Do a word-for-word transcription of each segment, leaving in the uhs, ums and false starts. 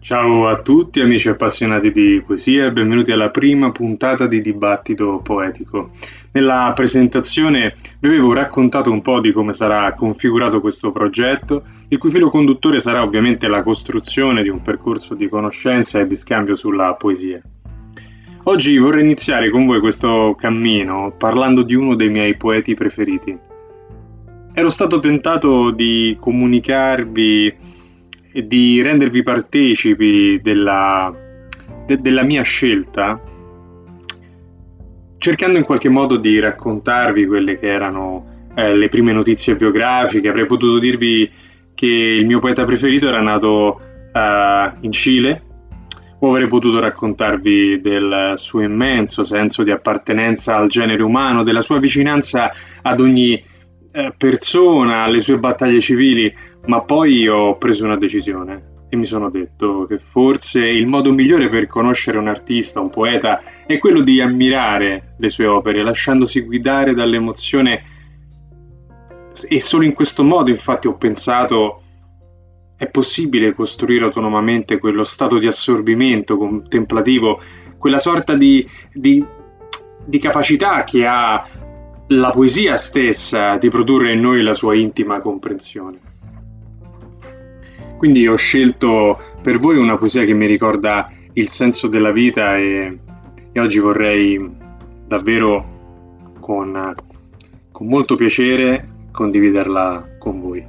Ciao a tutti amici appassionati di poesia e benvenuti alla prima puntata di Dibattito Poetico. Nella presentazione vi avevo raccontato un po' di come sarà configurato questo progetto, il cui filo conduttore sarà ovviamente la costruzione di un percorso di conoscenza e di scambio sulla poesia. Oggi vorrei iniziare con voi questo cammino parlando di uno dei miei poeti preferiti. Ero stato tentato di comunicarvi e di rendervi partecipi della, de- della mia scelta, cercando in qualche modo di raccontarvi quelle che erano eh, le prime notizie biografiche. Avrei potuto dirvi che il mio poeta preferito era nato eh, in Cile, o avrei potuto raccontarvi del suo immenso senso di appartenenza al genere umano, della sua vicinanza ad ogni eh, persona, alle sue battaglie civili, ma poi ho preso una decisione e mi sono detto che forse il modo migliore per conoscere un artista, un poeta, è quello di ammirare le sue opere, lasciandosi guidare dall'emozione. E solo in questo modo, infatti, ho pensato, è possibile costruire autonomamente quello stato di assorbimento contemplativo, quella sorta di, di, di capacità che ha la poesia stessa di produrre in noi la sua intima comprensione. Quindi ho scelto per voi una poesia che mi ricorda il senso della vita e, e oggi vorrei davvero con, con molto piacere condividerla con voi.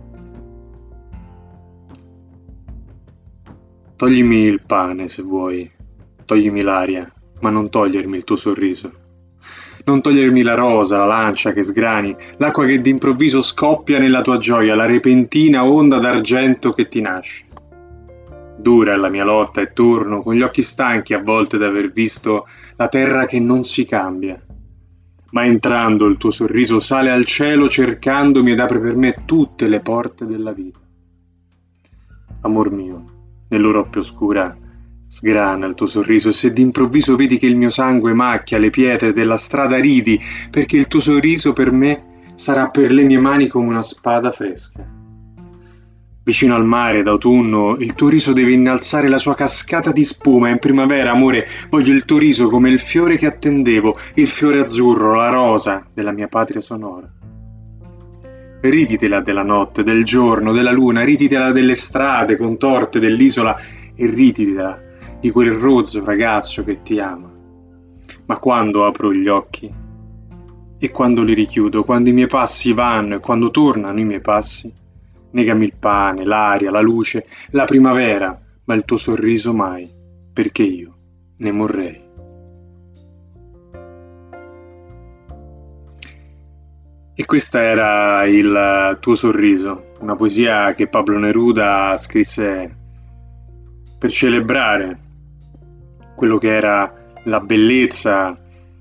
Toglimi il pane se vuoi, toglimi l'aria, ma non togliermi il tuo sorriso. Non togliermi la rosa, la lancia che sgrani, l'acqua che d'improvviso scoppia nella tua gioia, la repentina onda d'argento che ti nasce. Dura è la mia lotta e torno, con gli occhi stanchi a volte d'aver visto la terra che non si cambia. Ma entrando il tuo sorriso sale al cielo cercandomi ed apre per me tutte le porte della vita. Amor mio, nell'ora oscura sgrana il tuo sorriso e se d'improvviso vedi che il mio sangue macchia le pietre della strada ridi, perché il tuo sorriso per me sarà per le mie mani come una spada fresca. Vicino al mare d'autunno il tuo riso deve innalzare la sua cascata di spuma e in primavera, amore, voglio il tuo riso come il fiore che attendevo, il fiore azzurro, la rosa della mia patria sonora. Riditela della notte, del giorno, della luna, riditela delle strade contorte dell'isola e riditela di quel rozzo ragazzo che ti ama. Ma quando apro gli occhi e quando li richiudo, quando i miei passi vanno e quando tornano i miei passi, negami il pane, l'aria, la luce, la primavera, ma il tuo sorriso mai, perché io ne morrei. E questo era Il tuo sorriso, una poesia che Pablo Neruda scrisse per celebrare quello che era la bellezza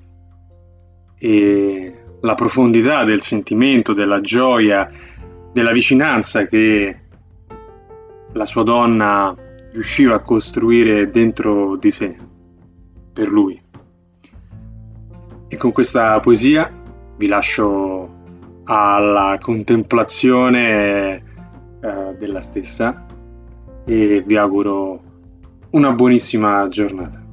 e la profondità del sentimento, della gioia, della vicinanza che la sua donna riusciva a costruire dentro di sé, per lui. E con questa poesia vi lascio alla contemplazione eh, della stessa e vi auguro una buonissima giornata.